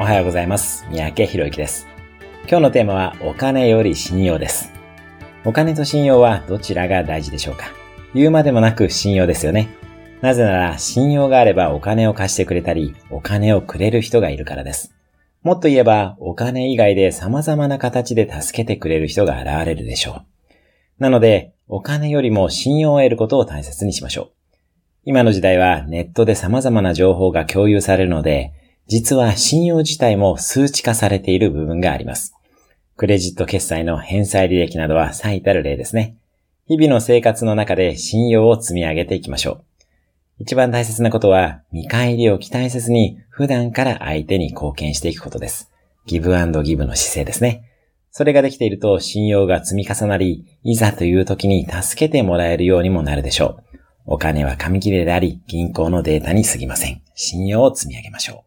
おはようございます。三宅宏之です。今日のテーマはお金より信用です。お金と信用はどちらが大事でしょうか？言うまでもなく信用ですよね。なぜなら信用があればお金を貸してくれたり、お金をくれる人がいるからです。もっと言えばお金以外で様々な形で助けてくれる人が現れるでしょう。なのでお金よりも信用を得ることを大切にしましょう。今の時代はネットで様々な情報が共有されるので、実は信用自体も数値化されている部分があります。クレジット決済の返済履歴などは最たる例ですね。日々の生活の中で信用を積み上げていきましょう。一番大切なことは見返りを期待せずに普段から相手に貢献していくことです。ギブアンドギブの姿勢ですね。それができていると信用が積み重なり、いざという時に助けてもらえるようにもなるでしょう。お金は紙切れであり、銀行のデータに過ぎません。信用を積み上げましょう。